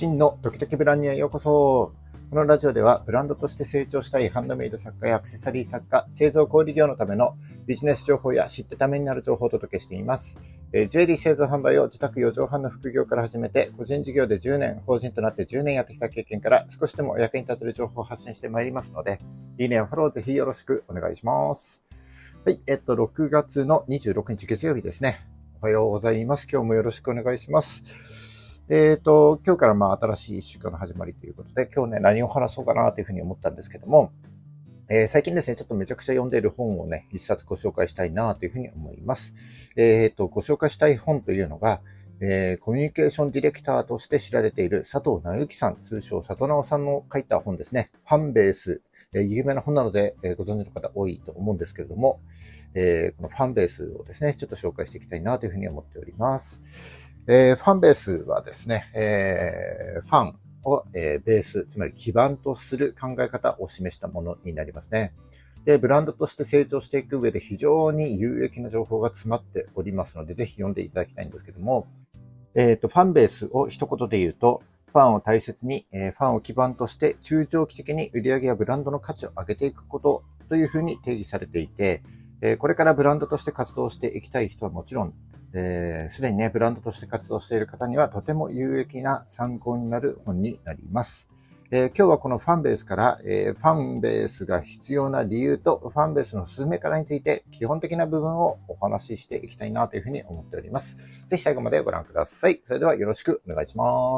真のドキドキブランニュへようこそ。このラジオではブランドとして成長したいハンドメイド作家やアクセサリー作家、製造小売業のためのビジネス情報や知ってためになる情報をお届けしています。ジュエリー製造販売を自宅4畳半の副業から始めて、個人事業で10年、法人となって10年やってきた経験から少しでもお役に立てる情報を発信してまいりますので、いいねやフォローぜひよろしくお願いします。はい、6月の26日月曜日ですね。おはようございます。今日もよろしくお願いします。今日から新しい1週間の始まりということで、今日ね、何を話そうかなというふうに思ったんですけども、最近ですね、ちょっとめちゃくちゃ読んでいる本をね、一冊ご紹介したいなというふうに思います。ご紹介したい本というのが、コミュニケーションディレクターとして知られている佐藤直之さん、通称佐藤直さんの書いた本ですね。ファンベース、有名な本なので、ご存知の方多いと思うんですけれども、このファンベースをですね、ちょっと紹介していきたいなというふうに思っております。ファンベースはですね、ファンを、ベース、つまり基盤とする考え方を示したものになりますね。で、ブランドとして成長していく上で非常に有益な情報が詰まっておりますので、ぜひ読んでいただきたいんですけども、ファンベースを一言で言うと、ファンを大切に、ファンを基盤として中長期的に売上やブランドの価値を上げていくことというふうに定義されていて、これからブランドとして活動していきたい人はもちろん、すでにね、ブランドとして活動している方にはとても有益な参考になる本になります。今日はこのファンベースから、ファンベースが必要な理由とファンベースの進め方について基本的な部分をお話ししていきたいなというふうに思っております。ぜひ最後までご覧ください。それではよろしくお願いします。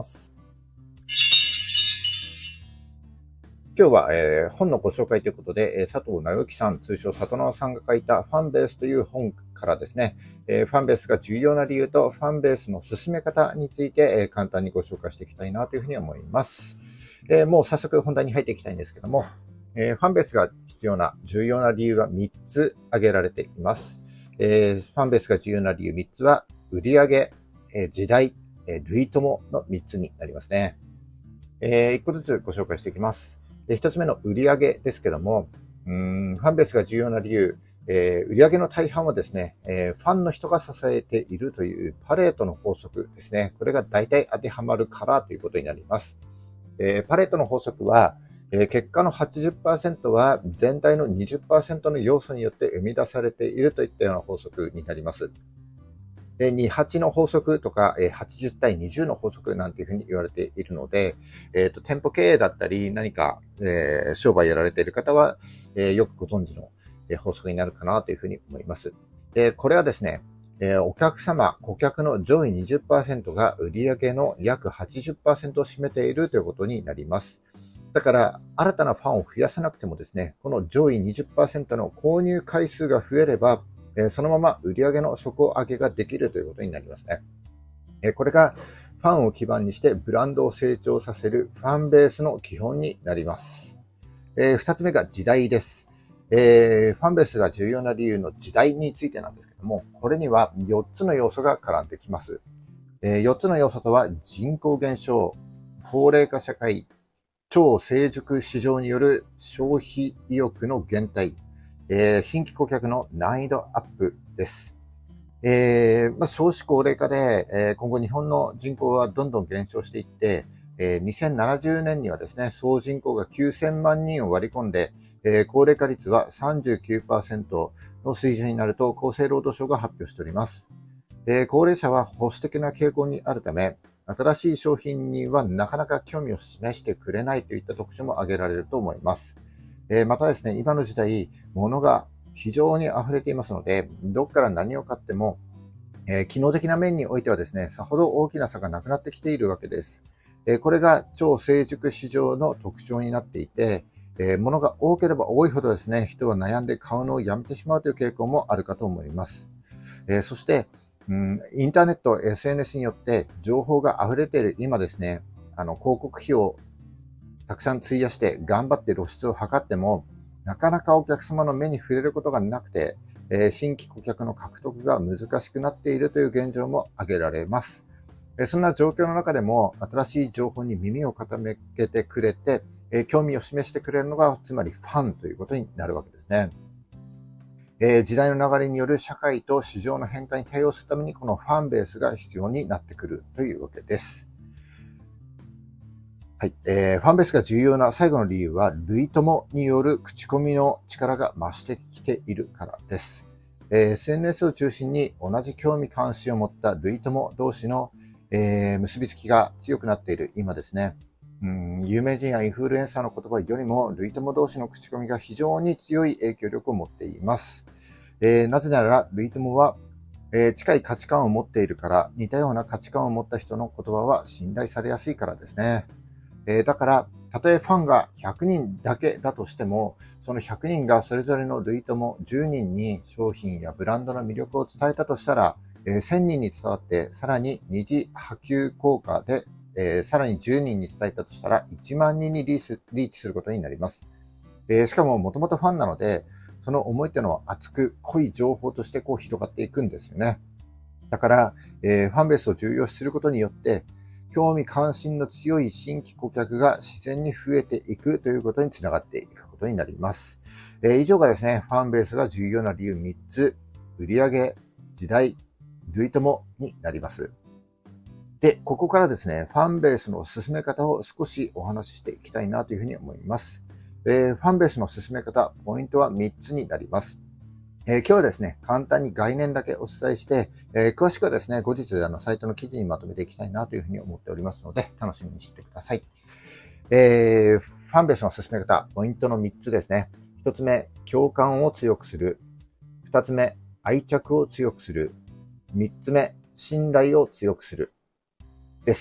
今日は、本のご紹介ということで、佐藤直之さん、通称佐藤直さんが書いたファンベースという本からですね、ファンベースが重要な理由とファンベースの進め方について、簡単にご紹介していきたいなというふうに思います。もう早速本題に入っていきたいんですけども、ファンベースが必要な重要な理由は3つ挙げられています。ファンベースが重要な理由3つは、売上、時代、類友の3つになりますね。1個ずつご紹介していきます。1つ目の売上ですけども、ファンベースが重要な理由、売上の大半はですね、ファンの人が支えているというパレートの法則ですね。これが大体当てはまるからということになります。パレートの法則は、結果の 80% は全体の 20% の要素によって生み出されているといったような法則になります。28の法則とか、80対20の法則なんていうふうに言われているので、店舗経営だったり、何か、商売やられている方は、よくご存知の、法則になるかなというふうに思います。で、これはですね、お客様、顧客の上位 20% が売上の約 80% を占めているということになります。だから、新たなファンを増やさなくてもですね、この上位 20% の購入回数が増えれば、そのまま売上の底上げができるということになりますね。これがファンを基盤にしてブランドを成長させるファンベースの基本になります。2つ目が時代です。ファンベースが重要な理由の時代についてなんですけども、これには4つの要素が絡んできます。4つの要素とは人口減少、高齢化社会、超成熟市場による消費意欲の減退、新規顧客の難易度アップです。少子高齢化で、今後日本の人口はどんどん減少していって、2070年にはですね、総人口が9000万人を割り込んで、高齢化率は 39% の水準になると厚生労働省が発表しております。高齢者は保守的な傾向にあるため、新しい商品にはなかなか興味を示してくれないといった特徴も挙げられると思います。またですね、今の時代、物が非常に溢れていますので、どこから何を買っても、機能的な面においてはですね、さほど大きな差がなくなってきているわけです。これが超成熟市場の特徴になっていて、物が多ければ多いほどですね、人は悩んで買うのをやめてしまうという傾向もあるかと思います。そして、インターネット、SNS によって情報が溢れている今ですね、広告費をたくさん費やして頑張って露出を図っても、なかなかお客様の目に触れることがなくて、新規顧客の獲得が難しくなっているという現状も挙げられます。そんな状況の中でも新しい情報に耳を傾けてくれて、興味を示してくれるのがつまりファンということになるわけですね。時代の流れによる社会と市場の変化に対応するためにこのファンベースが必要になってくるというわけです。 はい。ファンベースが重要な最後の理由は、類友による口コミの力が増してきているからです。SNS を中心に同じ興味関心を持った類友同士の、結びつきが強くなっている今ですね。有名人やインフルエンサーの言葉よりも、類友同士の口コミが非常に強い影響力を持っています。なぜなら、類友は、近い価値観を持っているから、似たような価値観を持った人の言葉は信頼されやすいからですね。だから、たとえファンが100人だけだとしても、その100人がそれぞれの類友10人に商品やブランドの魅力を伝えたとしたら、1000人に伝わって、さらに二次波及効果で、さらに10人に伝えたとしたら、1万人にリーチすることになります。しかも、もともとファンなので、その思いというのは熱く濃い情報として広がっていくんですよね。だから、ファンベースを重要視することによって、興味関心の強い新規顧客が自然に増えていくということにつながっていくことになります。以上がですね、ファンベースが重要な理由3つ、売上、時代、類友になります。で、ここからですね、ファンベースの進め方を少しお話ししていきたいなというふうに思います。ファンベースの進め方、ポイントは3つになります。今日はですね、簡単に概念だけお伝えして、詳しくはですね、後日サイトの記事にまとめていきたいなというふうに思っておりますので、楽しみにしてください。ファンベースの進め方、ポイントの3つですね。1つ目、共感を強くする。2つ目、愛着を強くする。3つ目、信頼を強くする。です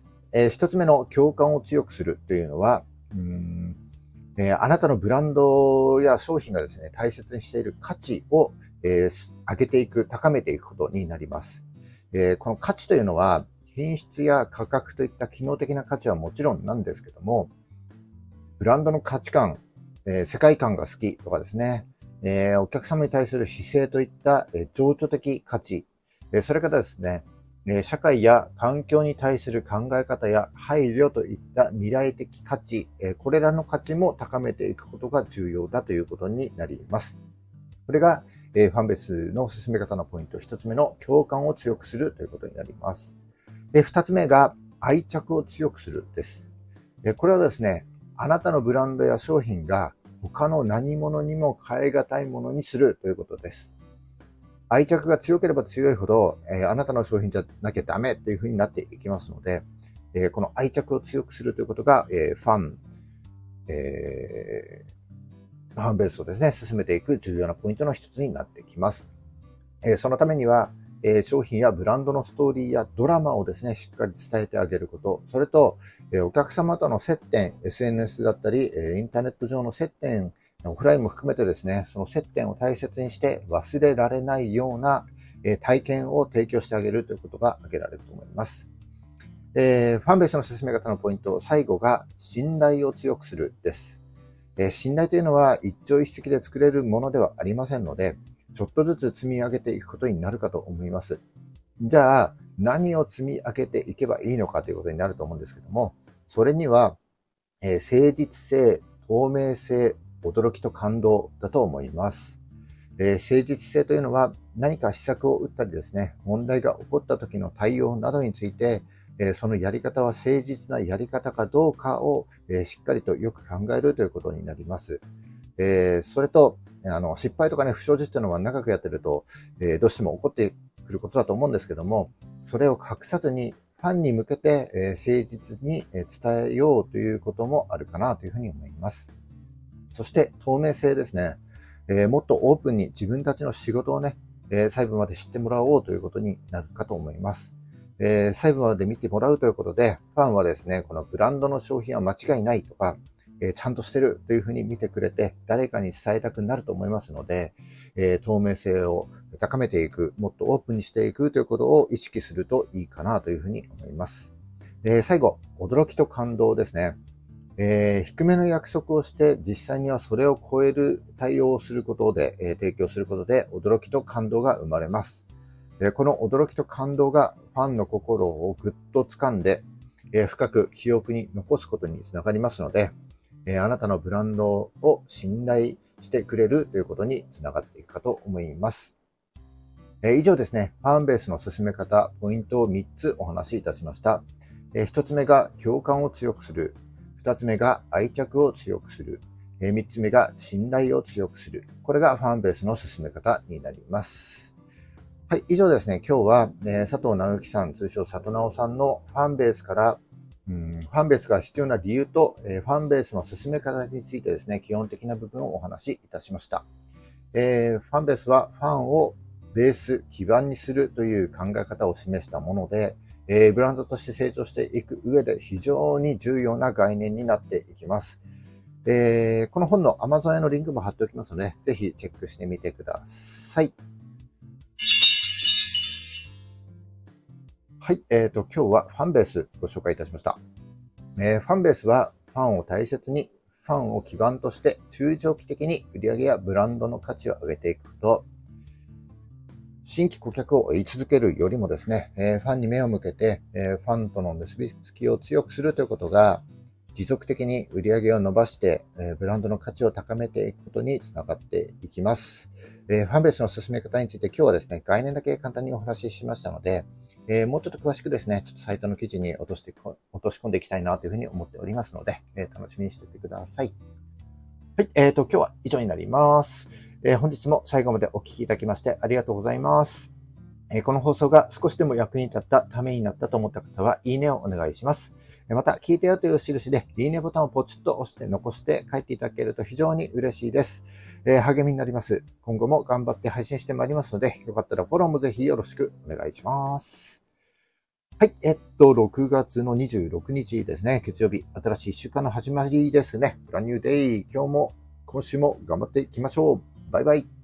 。1つ目の共感を強くするというのは、あなたのブランドや商品がですね、大切にしている価値を、上げていく、高めていくことになります。この価値というのは、品質や価格といった機能的な価値はもちろんなんですけども、ブランドの価値観、世界観が好きとかですね、お客様に対する姿勢といった、情緒的価値、それからですね、社会や環境に対する考え方や配慮といった未来的価値、これらの価値も高めていくことが重要だということになります。これが、ファンベースの進め方のポイント、一つ目の共感を強くするということになります。で、二つ目が愛着を強くするです。これはですね、あなたのブランドや商品が他の何物にも代え難いものにするということです。愛着が強ければ強いほど、あなたの商品じゃなきゃダメというふうになっていきますので、この愛着を強くするということが、ファンベースをですね、進めていく重要なポイントの一つになってきます。そのためには、商品やブランドのストーリーやドラマをですね、しっかり伝えてあげること、それと、お客様との接点、SNS だったり、インターネット上の接点、オフラインも含めてですね、その接点を大切にして忘れられないような体験を提供してあげるということが挙げられると思います。ファンベースの進め方のポイント、最後が信頼を強くするです。信頼というのは一朝一夕で作れるものではありませんので、ちょっとずつ積み上げていくことになるかと思います。じゃあ、何を積み上げていけばいいのかということになると思うんですけども、それには、誠実性、透明性、驚きと感動だと思います。誠実性というのは何か施策を打ったりですね、問題が起こった時の対応などについて、そのやり方は誠実なやり方かどうかを、しっかりとよく考えるということになります。それと、失敗とかね、不祥事というのは長くやってると、どうしても起こってくることだと思うんですけども、それを隠さずにファンに向けて、誠実に伝えようということもあるかなというふうに思います。そして透明性ですね。もっとオープンに自分たちの仕事をね、細部まで知ってもらおうということになるかと思います。細部まで見てもらうということで、ファンはですね、このブランドの商品は間違いないとか、ちゃんとしてるというふうに見てくれて、誰かに伝えたくなると思いますので、透明性を高めていく、もっとオープンにしていくということを意識するといいかなというふうに思います。最後、驚きと感動ですね。低めの約束をして実際にはそれを超える対応をすることで、提供することで驚きと感動が生まれます。この驚きと感動がファンの心をぐっと掴んで、深く記憶に残すことにつながりますので、あなたのブランドを信頼してくれるということにつながっていくかと思います。以上ですね、ファンベースの進め方、ポイントを3つお話しいたしました。1つ目が共感を強くする。 2つ目が愛着を強くする。3つ目が信頼を強くする。これがファンベースの進め方になります。はい、以上ですね。今日は、佐藤直之さん、通称佐藤直さんのファンベースから、ファンベースが必要な理由と、ファンベースの進め方についてですね、基本的な部分をお話しいたしました。ファンベースはファンをベース、基盤にするという考え方を示したもので、ブランドとして成長していく上で非常に重要な概念になっていきます。この本の Amazon へのリンクも貼っておきますので、ぜひチェックしてみてください。はい、今日はファンベースご紹介いたしました。ファンベースはファンを大切に、ファンを基盤として中長期的に売上やブランドの価値を上げていくこと、新規顧客を追い続けるよりもですね、ファンに目を向けて、ファンとの結びつきを強くするということが、持続的に売上を伸ばして、ブランドの価値を高めていくことにつながっていきます。ファンベースの進め方について今日はですね、概念だけ簡単にお話ししましたので、もうちょっと詳しくですね、ちょっとサイトの記事に落とし込んでいきたいなというふうに思っておりますので、楽しみにしていてください。はい、今日は以上になります。本日も最後までお聞きいただきましてありがとうございます。この放送が少しでも役に立った、ためになったと思った方は、いいねをお願いします。また、聞いたよという印で、いいねボタンをポチッと押して残して帰っていただけると非常に嬉しいです。励みになります。今後も頑張って配信してまいりますので、よかったらフォローもぜひよろしくお願いします。はい、6月の26日ですね、月曜日、新しい1週間の始まりですね。ブランニューデイ。今日も、今週も頑張っていきましょう。バイバイ。